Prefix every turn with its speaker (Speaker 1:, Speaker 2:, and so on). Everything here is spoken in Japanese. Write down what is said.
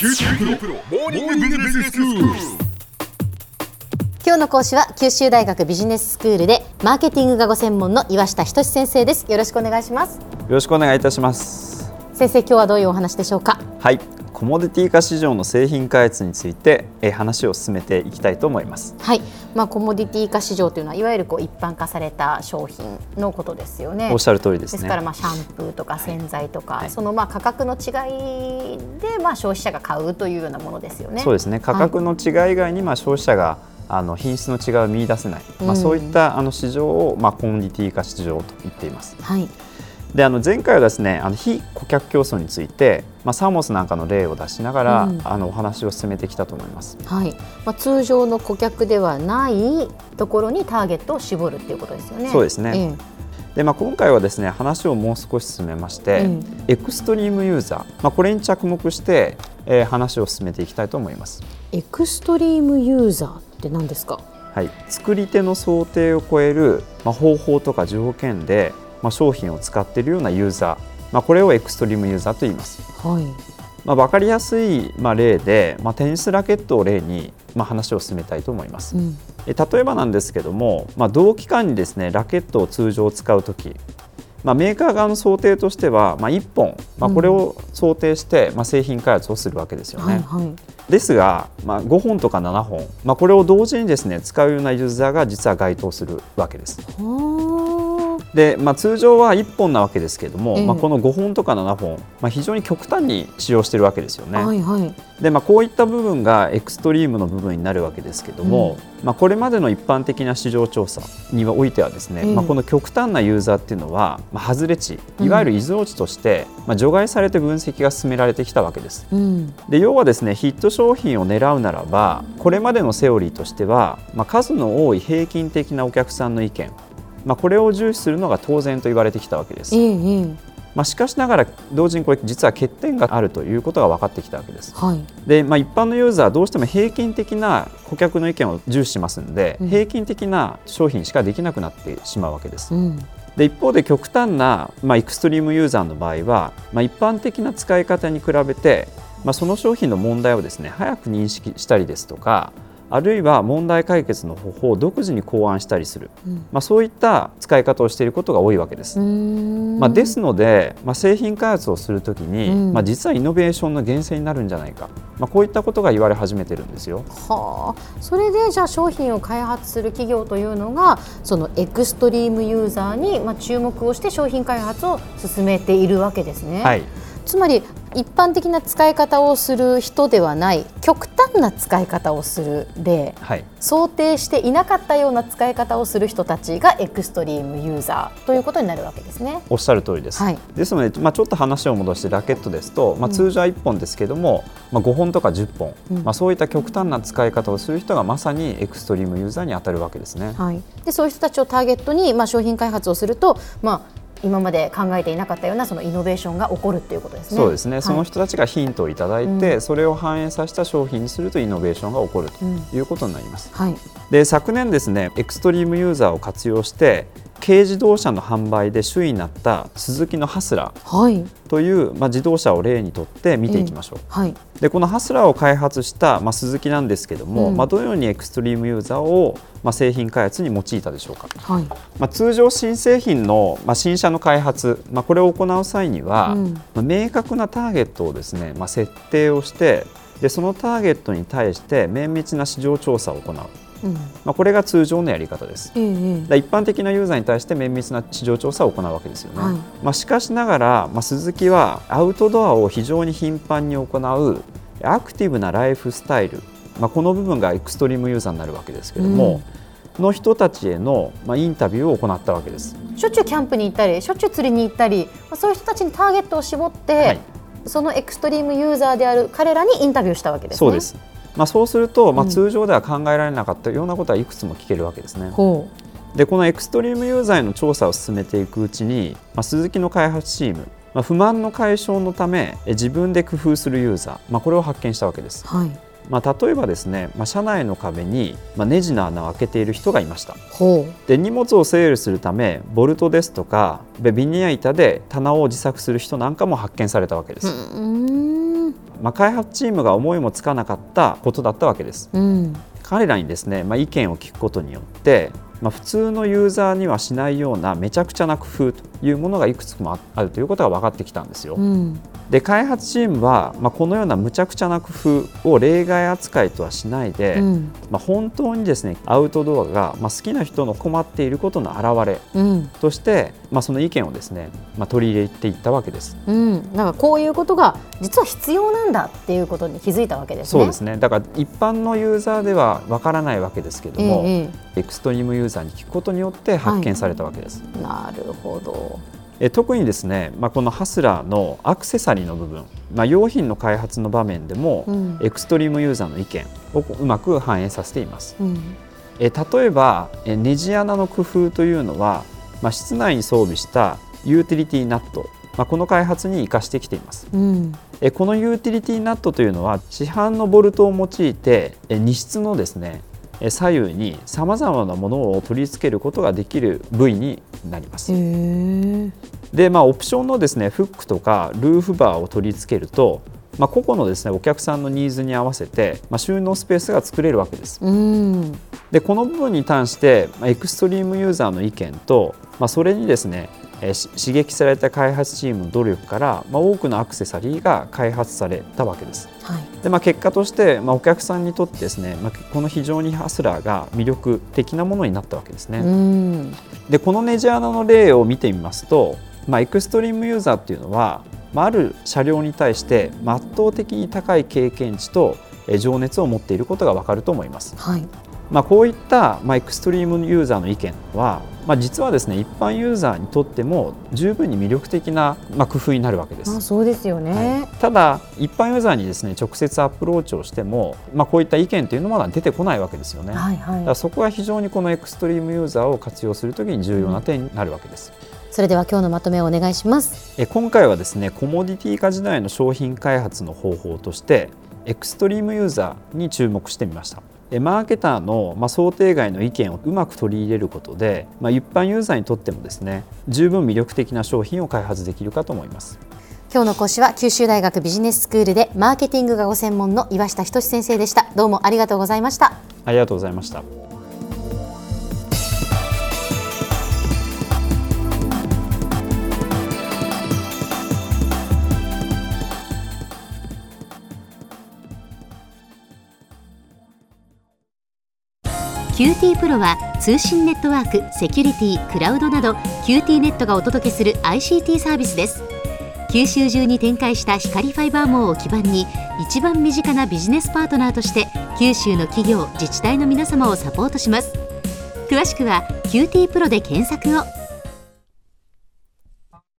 Speaker 1: 九州大学モーニングビジネススクール。
Speaker 2: 今日の講師は九州大学ビジネススクールでマーケティングがご専門の岩下仁先生です。よろしくお願いします。
Speaker 3: よろしくお願いいたします。
Speaker 2: 先生、今日はどういうお話でしょうか。
Speaker 3: はい、コモディティ化市場の製品開発について話を進めていきたいと思います。
Speaker 2: はい、コモディティ化市場というのはいわゆる一般化された商品のことですよね。
Speaker 3: おっしゃる通りですね。
Speaker 2: ですからシャンプーとか洗剤とか、
Speaker 3: はい、
Speaker 2: その価格の違いで消費者が買うというようなものですよね。
Speaker 3: そうですね。価格の違い以外に消費者が品質の違いを見出せない、そういった市場をコモディティ化市場と言っています。
Speaker 2: はい。
Speaker 3: で前回はですね非顧客競争について、サーモスなんかの例を出しながら、お話を進めてきたと思います。
Speaker 2: はい。通常の顧客ではないところにターゲットを絞るっていうことですよね。
Speaker 3: そうですね。で今回はですね話をもう少し進めまして、エクストリームユーザー、これに着目して、話を進めていきたいと思います。
Speaker 2: エクストリームユーザーって何ですか。
Speaker 3: はい、作り手の想定を超える、方法とか条件で商品を使っているようなユーザー、これをエクストリームユーザーと言います。
Speaker 2: はい。
Speaker 3: 分かりやすい例で、テニスラケットを例に話を進めたいと思います。例えばなんですけども、同期間にですねラケットを通常使うとき、メーカー側の想定としては、1本、これを想定して、製品開発をするわけですよね。ですが、5本とか7本、これを同時にですね使うようなユーザーが実は該当するわけです。で通常は1本なわけですけれども、この5本とか7本、非常に極端に使用しているわけですよね。でこういった部分がエクストリームの部分になるわけですけれども、これまでの一般的な市場調査においてはですね、この極端なユーザーっていうのは、外れ値、いわゆる異常値として、除外されて分析が進められてきたわけです。で要はですねヒット商品を狙うならば、これまでのセオリーとしては、数の多い平均的なお客さんの意見、これを重視するのが当然と言われてきたわけです。しかしながら同時にこれ実は欠点があるということが分かってきたわけです。で一般のユーザーはどうしても平均的な顧客の意見を重視しますので、平均的な商品しかできなくなってしまうわけです。で一方で極端な、エクストリームユーザーの場合は、一般的な使い方に比べて、その商品の問題をですね早く認識したりですとか、あるいは問題解決の方法を独自に考案したりする、そういった使い方をしていることが多いわけです。ですので、製品開発をするときに、実はイノベーションの源泉になるんじゃないか、こういったことが言われ始めてるんですよ。
Speaker 2: それでじゃあ商品を開発する企業というのがそのエクストリームユーザーに注目をして商品開発を進めているわけですね。つまり一般的な使い方をする人ではない極端な使い方をするで、想定していなかったような使い方をする人たちがエクストリームユーザーということになるわけですね。
Speaker 3: おっしゃる通りです。ですので、ちょっと話を戻してラケットですと、通常は1本ですけども、5本とか10本、そういった極端な使い方をする人がまさにエクストリームユーザーに当たるわけですね。
Speaker 2: でそういう人たちをターゲットに、商品開発をすると、今まで考えていなかったようなそのイノベーションが起こるということですね。
Speaker 3: そうですね。その人たちがヒントをいただいて、それを反映させた商品にするとイノベーションが起こるということになります。で昨年ですねエクストリームユーザーを活用して軽自動車の販売で首位になったスズキのハスラーという、自動車を例にとって見ていきましょう。でこのハスラーを開発した、スズキなんですけども、どのようにエクストリームユーザーを、製品開発に用いたでしょうか。通常新製品の、新車の開発、これを行う際には、明確なターゲットをですね、設定をしてでそのターゲットに対して綿密な市場調査を行う。これが通常のやり方です。一般的なユーザーに対して綿密な市場調査を行うわけですよね。しかしながら、スズキはアウトドアを非常に頻繁に行うアクティブなライフスタイル、この部分がエクストリームユーザーになるわけですけれども、の人たちへの、インタビューを行ったわけです。
Speaker 2: しょっちゅうキャンプに行ったりしょっちゅう釣りに行ったり、そういう人たちにターゲットを絞って、そのエクストリームユーザーである彼らにインタビューしたわけですね。
Speaker 3: そうです。そうすると、通常では考えられなかったようなことはいくつも聞けるわけですね。でこのエクストリームユーザーへの調査を進めていくうちに、スズキの開発チーム、不満の解消のため自分で工夫するユーザー、これを発見したわけです。例えばですね、車内の壁にネジの穴を開けている人がいました。で荷物を整理するためボルトですとかビニヤ板で棚を自作する人なんかも発見されたわけです。 開発チームが思いもつかなかったことだったわけです。彼らにですね、意見を聞くことによって、普通のユーザーにはしないようなめちゃくちゃな工夫というものがいくつもあるということが分かってきたんですよ。で開発チームは、このようなむちゃくちゃな工夫を例外扱いとはしないで、本当にですねアウトドアが、好きな人の困っていることの表れとして、その意見をですね、取り入れていったわけです。
Speaker 2: だからこういうことが実は必要なんだっていうことに気づいたわけですね。
Speaker 3: そうですね。だから一般のユーザーではわからないわけですけども、エクストリームユーザーに聞くことによって発見されたわけです。
Speaker 2: なるほど。
Speaker 3: 特にですね、このハスラーのアクセサリーの部分、用品の開発の場面でも、エクストリームユーザーの意見をうまく反映させています。例えばネジ穴の工夫というのは、室内に装備したユーティリティナット、この開発に生かしてきています。このユーティリティナットというのは市販のボルトを用いて荷室のですね左右にさまざまなものを取り付けることができる部位になります。で、オプションのですねフックとかルーフバーを取り付けると、個々のですねお客さんのニーズに合わせて、収納スペースが作れるわけです。でこの部分に関してエクストリームユーザーの意見と、それにですね刺激された開発チームの努力から、多くのアクセサリーが開発されたわけです。で結果として、お客さんにとってですね、この非常にハスラーが魅力的なものになったわけですね。でこのネジ穴の例を見てみますと、エクストリームユーザーっていうのは、ある車両に対して圧倒的に高い経験値と情熱を持っていることがわかると思います。こういった、エクストリームユーザーの意見は、実はですね一般ユーザーにとっても十分に魅力的な、工夫になるわけです。
Speaker 2: そうですよね。
Speaker 3: ただ一般ユーザーにですね直接アプローチをしても、こういった意見というのはまだ出てこないわけですよね。だからそこは非常にこのエクストリームユーザーを活用するときに重要な点になるわけです。
Speaker 2: それでは今日のまとめをお願いします。
Speaker 3: 今回はですねコモディティ化時代の商品開発の方法としてエクストリームユーザーに注目してみました。マーケターの想定外の意見をうまく取り入れることで、一般ユーザーにとってもですね十分魅力的な商品を開発できるかと思います。
Speaker 2: 今日の講師は九州大学ビジネススクールでマーケティングがご専門の岩下仁先生でした。どうもありがとうございました。
Speaker 3: ありがとうございました。
Speaker 4: QT プロは通信ネットワーク、セキュリティ、クラウドなど QT ネットがお届けする ICT サービスです。九州中に展開した光ファイバー網を基盤に一番身近なビジネスパートナーとして九州の企業、自治体の皆様をサポートします。詳しくは QT プロで検索を。